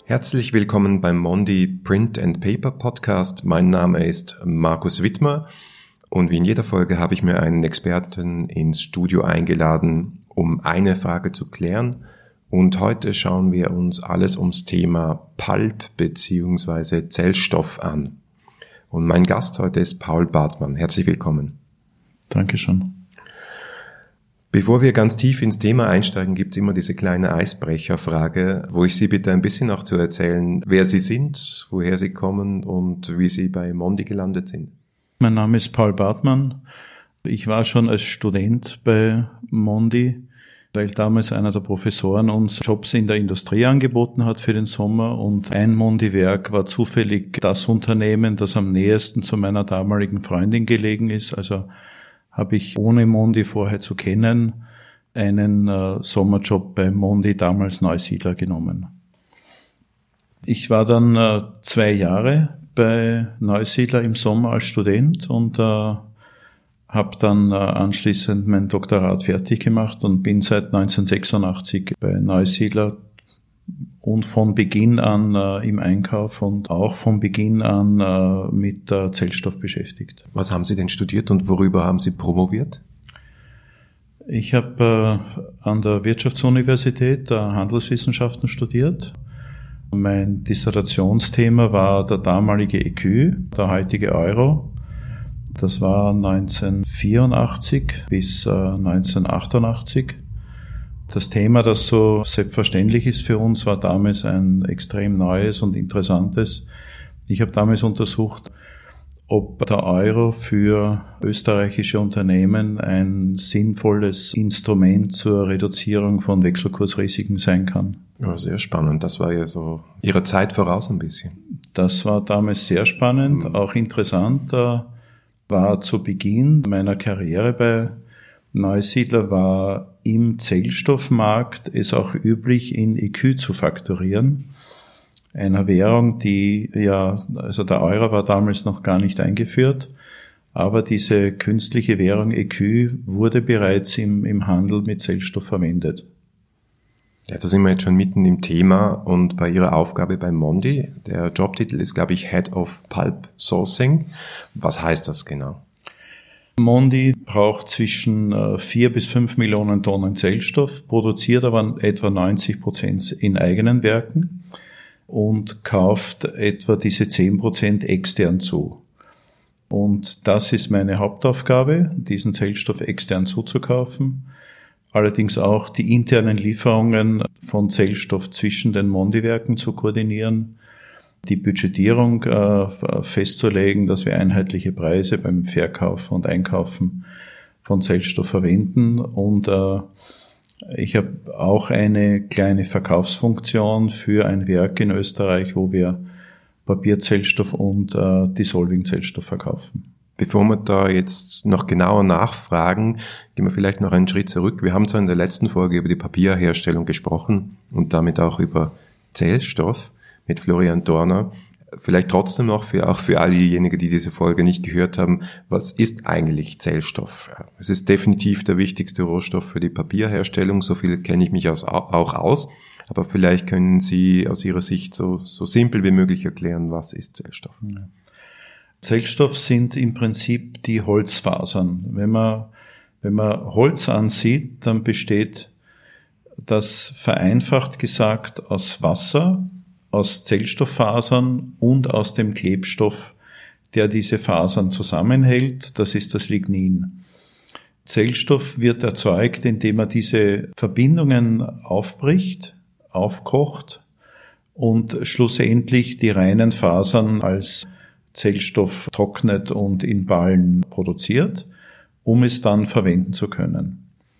Herzlich willkommen beim Mondi Print and Paper Podcast. Mein Name ist Markus Wittmer und wie in jeder Folge habe ich mir einen Experten ins Studio eingeladen, um eine Frage zu klären. Und heute schauen wir uns alles ums Thema Pulp bzw. Zellstoff an. Und mein Gast heute ist Paul Bartmann. Herzlich willkommen. Dankeschön. Bevor wir ganz tief ins Thema einsteigen, gibt's immer diese kleine Eisbrecherfrage, wo ich Sie bitte ein bisschen auch zu erzählen, wer Sie sind, woher Sie kommen und wie Sie bei Mondi gelandet sind. Mein Name ist Paul Bartmann. Ich war schon als Student bei Mondi, weil damals einer der Professoren uns Jobs in der Industrie angeboten hat für den Sommer und ein Mondi-Werk war zufällig das Unternehmen, das am nächsten zu meiner damaligen Freundin gelegen ist. Also habe ich, ohne Mondi vorher zu kennen, einen Sommerjob bei Mondi, damals Neusiedler, genommen. Ich war dann 2 Jahre bei Neusiedler im Sommer als Student und habe dann anschließend mein Doktorat fertig gemacht und bin seit 1986 bei Neusiedler und von Beginn an im Einkauf und auch von Beginn an mit Zellstoff beschäftigt. Was haben Sie denn studiert und worüber haben Sie promoviert? Ich habe an der Wirtschaftsuniversität Handelswissenschaften studiert. Mein Dissertationsthema war der damalige ECU, der heutige Euro. Das war 1984 bis 1988. Das Thema, das so selbstverständlich ist für uns, war damals ein extrem neues und interessantes. Ich habe damals untersucht, ob der Euro für österreichische Unternehmen ein sinnvolles Instrument zur Reduzierung von Wechselkursrisiken sein kann. Ja, sehr spannend. Das war ja so Ihrer Zeit voraus ein bisschen. Das war damals sehr spannend, auch interessant. War zu Beginn meiner Karriere bei Neusiedler war im Zellstoffmarkt es auch üblich, in ECU zu fakturieren. Einer Währung, also der Euro war damals noch gar nicht eingeführt, aber diese künstliche Währung ECU wurde bereits im Handel mit Zellstoff verwendet. Ja, da sind wir jetzt schon mitten im Thema und bei Ihrer Aufgabe bei Mondi. Der Jobtitel ist, glaube ich, Head of Pulp Sourcing. Was heißt das genau? Mondi braucht zwischen 4 bis 5 Millionen Tonnen Zellstoff, produziert aber etwa 90% in eigenen Werken und kauft etwa diese 10% extern zu. Und das ist meine Hauptaufgabe, diesen Zellstoff extern zuzukaufen. Allerdings auch die internen Lieferungen von Zellstoff zwischen den Mondi-Werken zu koordinieren, die Budgetierung festzulegen, dass wir einheitliche Preise beim Verkauf und Einkaufen von Zellstoff verwenden. Und ich habe auch eine kleine Verkaufsfunktion für ein Werk in Österreich, wo wir Papierzellstoff und Dissolving-Zellstoff verkaufen. Bevor wir da jetzt noch genauer nachfragen, gehen wir vielleicht noch einen Schritt zurück. Wir haben zwar in der letzten Folge über die Papierherstellung gesprochen und damit auch über Zellstoff mit Florian Dorner. Vielleicht trotzdem noch auch für all diejenigen, die diese Folge nicht gehört haben, was ist eigentlich Zellstoff? Es ist definitiv der wichtigste Rohstoff für die Papierherstellung, so viel kenne ich mich auch aus. Aber vielleicht können Sie aus Ihrer Sicht so simpel wie möglich erklären, was ist Zellstoff? Ja. Zellstoff sind im Prinzip die Holzfasern. Wenn man Holz ansieht, dann besteht das vereinfacht gesagt aus Wasser, aus Zellstofffasern und aus dem Klebstoff, der diese Fasern zusammenhält. Das ist das Lignin. Zellstoff wird erzeugt, indem man diese Verbindungen aufbricht, aufkocht und schlussendlich die reinen Fasern als Zellstoff trocknet und in Ballen produziert, um es dann verwenden zu können.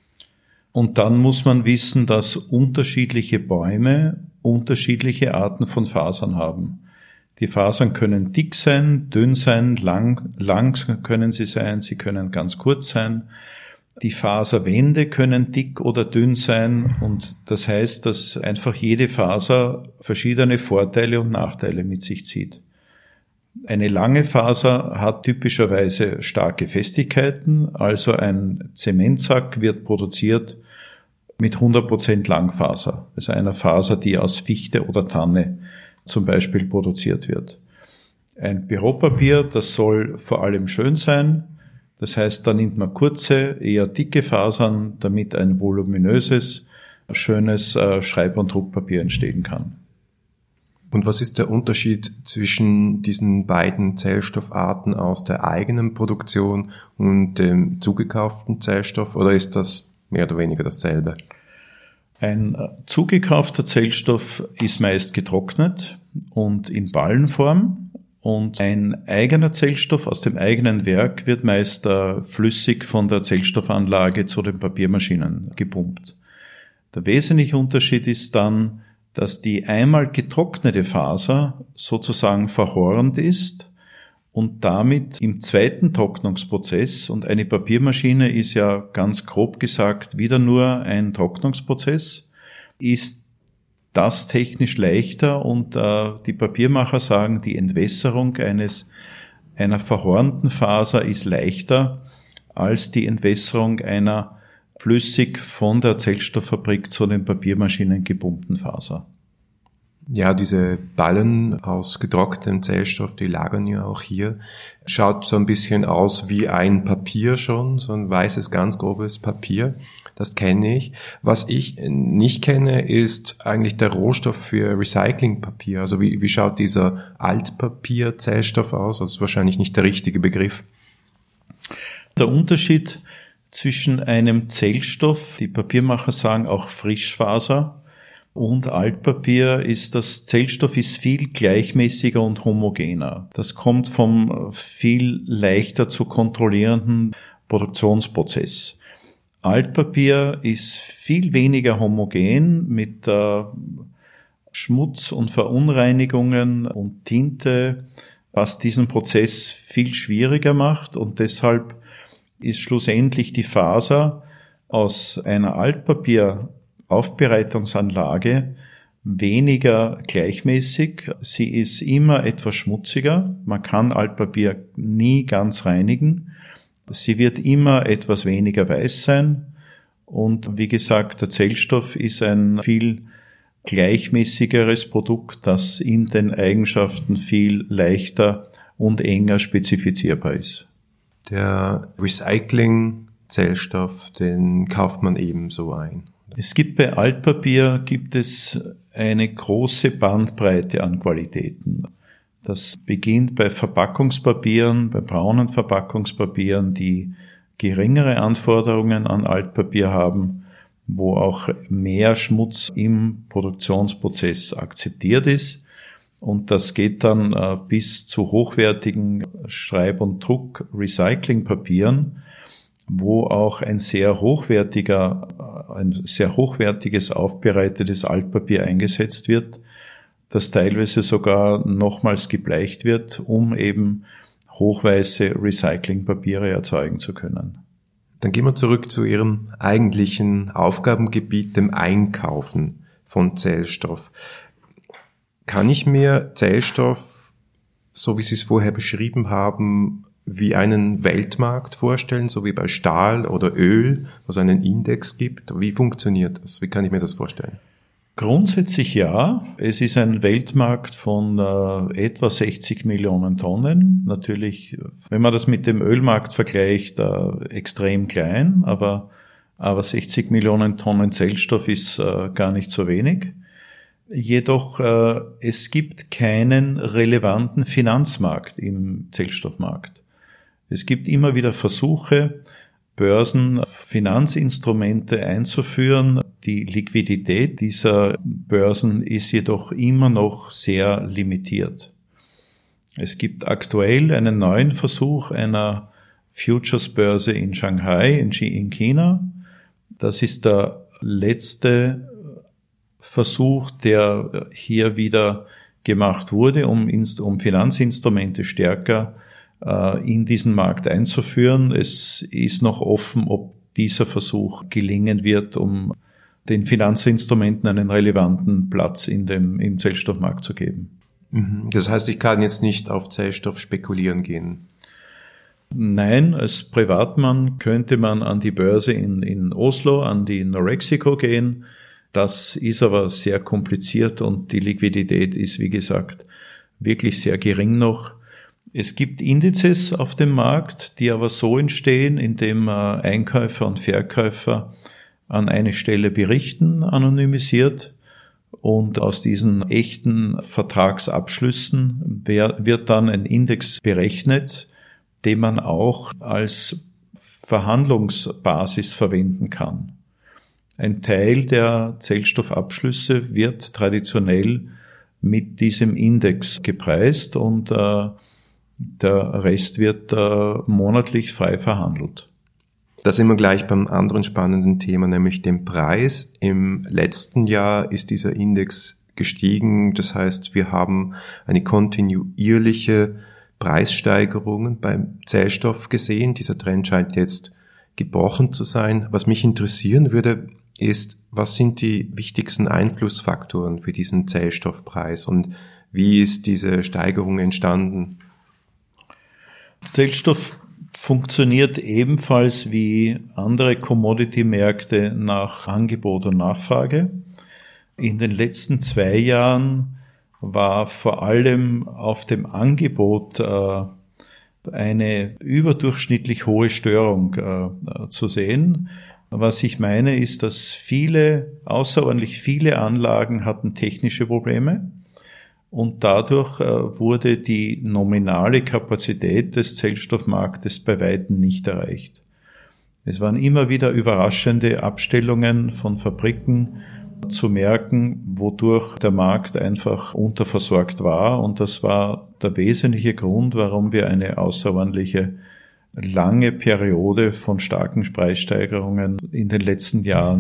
Und dann muss man wissen, dass unterschiedliche Bäume unterschiedliche Arten von Fasern haben. Die Fasern können dick sein, dünn sein, lang können sie sein, sie können ganz kurz sein. Die Faserwände können dick oder dünn sein und das heißt, dass einfach jede Faser verschiedene Vorteile und Nachteile mit sich zieht. Eine lange Faser hat typischerweise starke Festigkeiten, also ein Zementsack wird produziert mit 100% Langfaser, also einer Faser, die aus Fichte oder Tanne zum Beispiel produziert wird. Ein Büropapier, das soll vor allem schön sein. Das heißt, da nimmt man kurze, eher dicke Fasern, damit ein voluminöses, schönes Schreib- und Druckpapier entstehen kann. Und was ist der Unterschied zwischen diesen beiden Zellstoffarten aus der eigenen Produktion und dem zugekauften Zellstoff? Oder ist das mehr oder weniger dasselbe? Ein zugekaufter Zellstoff ist meist getrocknet und in Ballenform. Und ein eigener Zellstoff aus dem eigenen Werk wird meist flüssig von der Zellstoffanlage zu den Papiermaschinen gepumpt. Der wesentliche Unterschied ist dann, dass die einmal getrocknete Faser sozusagen verhornt ist und damit im zweiten Trocknungsprozess, und eine Papiermaschine ist ja ganz grob gesagt wieder nur ein Trocknungsprozess, ist das technisch leichter und die Papiermacher sagen, die Entwässerung einer verhornten Faser ist leichter als die Entwässerung einer flüssig von der Zellstofffabrik zu den Papiermaschinen gepumpten Faser. Ja, diese Ballen aus getrocknetem Zellstoff, die lagern ja auch hier. Schaut so ein bisschen aus wie ein Papier schon, so ein weißes, ganz grobes Papier. Das kenne ich. Was ich nicht kenne, ist eigentlich der Rohstoff für Recyclingpapier. Also wie schaut dieser Altpapier-Zellstoff aus? Das ist wahrscheinlich nicht der richtige Begriff. Der Unterschied zwischen einem Zellstoff, die Papiermacher sagen auch Frischfaser, und Altpapier ist, das Zellstoff ist viel gleichmäßiger und homogener. Das kommt vom viel leichter zu kontrollierenden Produktionsprozess. Altpapier ist viel weniger homogen mit Schmutz und Verunreinigungen und Tinte, was diesen Prozess viel schwieriger macht, und deshalb ist schlussendlich die Faser aus einer Altpapieraufbereitungsanlage weniger gleichmäßig. Sie ist immer etwas schmutziger. Man kann Altpapier nie ganz reinigen. Sie wird immer etwas weniger weiß sein. Und wie gesagt, der Zellstoff ist ein viel gleichmäßigeres Produkt, das in den Eigenschaften viel leichter und enger spezifizierbar ist. Der Recycling-Zellstoff, den kauft man ebenso ein. Es gibt bei Altpapier eine große Bandbreite an Qualitäten. Das beginnt bei Verpackungspapieren, bei braunen Verpackungspapieren, die geringere Anforderungen an Altpapier haben, wo auch mehr Schmutz im Produktionsprozess akzeptiert ist. Und das geht dann bis zu hochwertigen Schreib- und Druck-Recyclingpapieren, wo auch ein sehr hochwertiges aufbereitetes Altpapier eingesetzt wird, das teilweise sogar nochmals gebleicht wird, um eben hochweiße Recyclingpapiere erzeugen zu können. Dann gehen wir zurück zu Ihrem eigentlichen Aufgabengebiet, dem Einkaufen von Zellstoff. Kann ich mir Zellstoff, so wie Sie es vorher beschrieben haben, wie einen Weltmarkt vorstellen, so wie bei Stahl oder Öl, wo es einen Index gibt? Wie funktioniert das? Wie kann ich mir das vorstellen? Grundsätzlich ja. Es ist ein Weltmarkt von etwa 60 Millionen Tonnen. Natürlich, wenn man das mit dem Ölmarkt vergleicht, extrem klein, aber 60 Millionen Tonnen Zellstoff ist gar nicht so wenig. Jedoch, es gibt keinen relevanten Finanzmarkt im Zellstoffmarkt. Es gibt immer wieder Versuche, Börsen, Finanzinstrumente einzuführen. Die Liquidität dieser Börsen ist jedoch immer noch sehr limitiert. Es gibt aktuell einen neuen Versuch einer Futures-Börse in Shanghai in China. Das ist der letzte Versuch, der hier wieder gemacht wurde, um Finanzinstrumente stärker in diesen Markt einzuführen. Es ist noch offen, ob dieser Versuch gelingen wird, um den Finanzinstrumenten einen relevanten Platz im Zellstoffmarkt zu geben. Das heißt, ich kann jetzt nicht auf Zellstoff spekulieren gehen? Nein, als Privatmann könnte man an die Börse in Oslo, an die Norexeco gehen. Das ist aber sehr kompliziert und die Liquidität ist, wie gesagt, wirklich sehr gering noch. Es gibt Indizes auf dem Markt, die aber so entstehen, indem Einkäufer und Verkäufer an eine Stelle berichten, anonymisiert. Und aus diesen echten Vertragsabschlüssen wird dann ein Index berechnet, den man auch als Verhandlungsbasis verwenden kann. Ein Teil der Zellstoffabschlüsse wird traditionell mit diesem Index gepreist und der Rest wird monatlich frei verhandelt. Da sind wir gleich beim anderen spannenden Thema, nämlich dem Preis. Im letzten Jahr ist dieser Index gestiegen. Das heißt, wir haben eine kontinuierliche Preissteigerung beim Zellstoff gesehen. Dieser Trend scheint jetzt gebrochen zu sein. Was mich interessieren würde, ist, was sind die wichtigsten Einflussfaktoren für diesen Zellstoffpreis und wie ist diese Steigerung entstanden? Zellstoff funktioniert ebenfalls wie andere Commodity-Märkte nach Angebot und Nachfrage. In den letzten 2 Jahren war vor allem auf dem Angebot eine überdurchschnittlich hohe Störung zu sehen. Was ich meine, ist, dass außerordentlich viele Anlagen hatten technische Probleme. Und dadurch wurde die nominale Kapazität des Zellstoffmarktes bei Weitem nicht erreicht. Es waren immer wieder überraschende Abstellungen von Fabriken zu merken, wodurch der Markt einfach unterversorgt war. Und das war der wesentliche Grund, warum wir eine außerordentliche lange Periode von starken Preissteigerungen in den letzten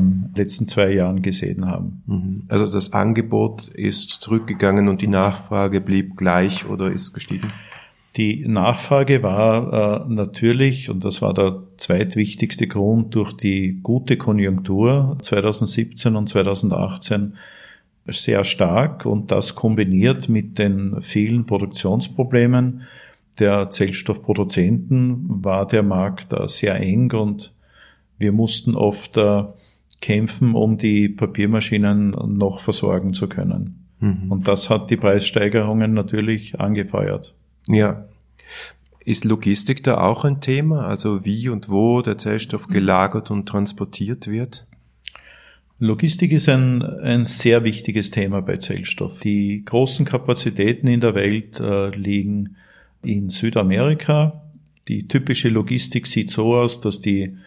2 Jahren gesehen haben. Also das Angebot ist zurückgegangen und die Nachfrage blieb gleich oder ist gestiegen? Die Nachfrage war natürlich, und das war der zweitwichtigste Grund, durch die gute Konjunktur 2017 und 2018 sehr stark und das kombiniert mit den vielen Produktionsproblemen der Zellstoffproduzenten war der Markt sehr eng und wir mussten oft kämpfen, um die Papiermaschinen noch versorgen zu können. Und das hat die Preissteigerungen natürlich angefeuert. Ja. Ist Logistik da auch ein Thema? Also wie und wo der Zellstoff gelagert und transportiert wird? Logistik ist ein sehr wichtiges Thema bei Zellstoff. Die großen Kapazitäten in der Welt liegen in Südamerika. Die typische Logistik sieht so aus, dass die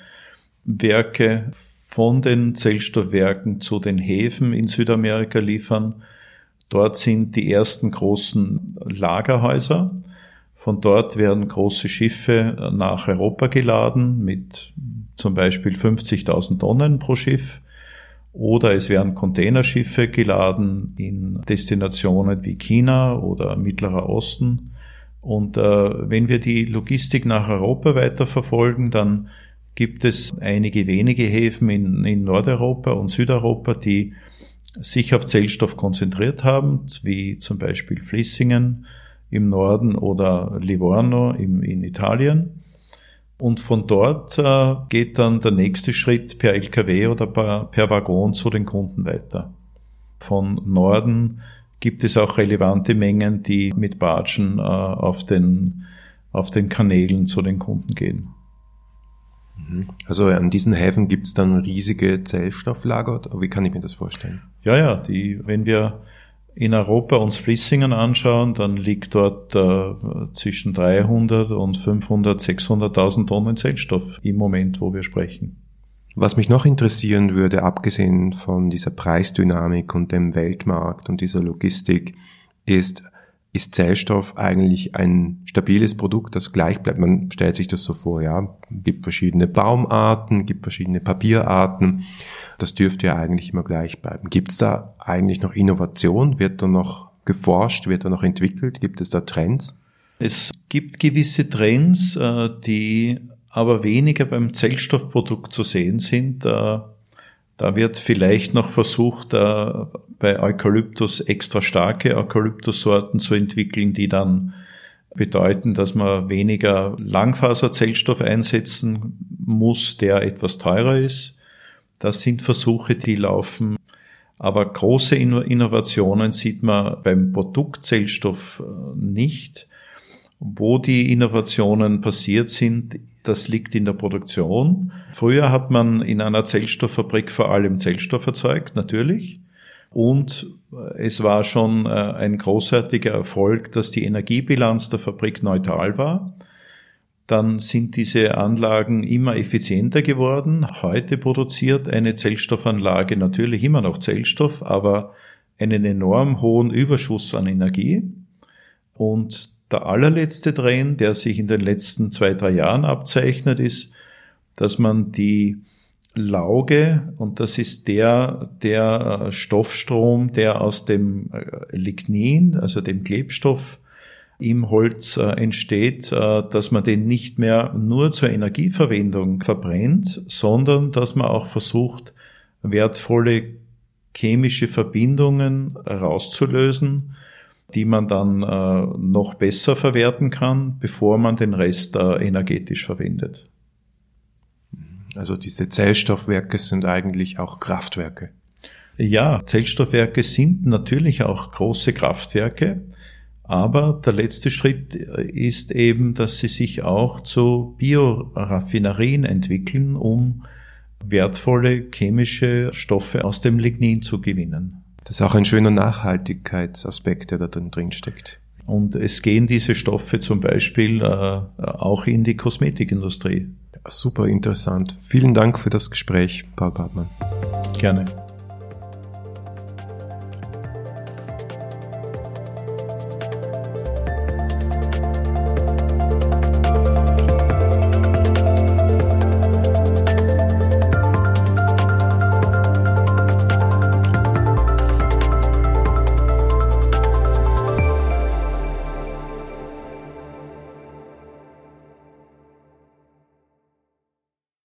Werke von den Zellstoffwerken zu den Häfen in Südamerika liefern. Dort sind die ersten großen Lagerhäuser. Von dort werden große Schiffe nach Europa geladen mit zum Beispiel 50.000 Tonnen pro Schiff. Oder es werden Containerschiffe geladen in Destinationen wie China oder Mittlerer Osten. Und wenn wir die Logistik nach Europa weiterverfolgen, dann gibt es einige wenige Häfen in Nordeuropa und Südeuropa, die sich auf Zellstoff konzentriert haben, wie zum Beispiel Vlissingen im Norden oder Livorno in Italien. Und von dort geht dann der nächste Schritt per LKW oder per Waggon zu den Kunden weiter. Von Norden gibt es auch relevante Mengen, die mit Bargen auf den Kanälen zu den Kunden gehen. Also an diesen Häfen gibt es dann riesige Zellstofflager? Wie kann ich mir das vorstellen? Ja, wenn wir in Europa uns Vlissingen anschauen, dann liegt dort zwischen 300 und 500, 600.000 Tonnen Zellstoff im Moment, wo wir sprechen. Was mich noch interessieren würde, abgesehen von dieser Preisdynamik und dem Weltmarkt und dieser Logistik, ist Zellstoff eigentlich ein stabiles Produkt, das gleich bleibt? Man stellt sich das so vor, ja, gibt verschiedene Baumarten, gibt verschiedene Papierarten. Das dürfte ja eigentlich immer gleich bleiben. Gibt es da eigentlich noch Innovation? Wird da noch geforscht? Wird da noch entwickelt? Gibt es da Trends? Es gibt gewisse Trends, die aber weniger beim Zellstoffprodukt zu sehen sind. Da wird vielleicht noch versucht, bei Eukalyptus extra starke Eukalyptussorten zu entwickeln, die dann bedeuten, dass man weniger Langfaserzellstoff einsetzen muss, der etwas teurer ist. Das sind Versuche, die laufen. Aber große Innovationen sieht man beim Produktzellstoff nicht. Wo die Innovationen passiert sind, das liegt in der Produktion. Früher hat man in einer Zellstofffabrik vor allem Zellstoff erzeugt, natürlich. Und es war schon ein großartiger Erfolg, dass die Energiebilanz der Fabrik neutral war. Dann sind diese Anlagen immer effizienter geworden. Heute produziert eine Zellstoffanlage natürlich immer noch Zellstoff, aber einen enorm hohen Überschuss an Energie. Und der allerletzte Trend, der sich in den letzten 2-3 Jahren abzeichnet, ist, dass man die Lauge, und das ist der Stoffstrom, der aus dem Lignin, also dem Klebstoff im Holz entsteht, dass man den nicht mehr nur zur Energieverwendung verbrennt, sondern dass man auch versucht, wertvolle chemische Verbindungen herauszulösen, die man dann noch besser verwerten kann, bevor man den Rest energetisch verwendet. Also diese Zellstoffwerke sind eigentlich auch Kraftwerke. Ja, Zellstoffwerke sind natürlich auch große Kraftwerke, aber der letzte Schritt ist eben, dass sie sich auch zu Bioraffinerien entwickeln, um wertvolle chemische Stoffe aus dem Lignin zu gewinnen. Das ist auch ein schöner Nachhaltigkeitsaspekt, der da drin steckt. Und es gehen diese Stoffe zum Beispiel auch in die Kosmetikindustrie. Ja, super interessant. Vielen Dank für das Gespräch, Paul Bartmann. Gerne.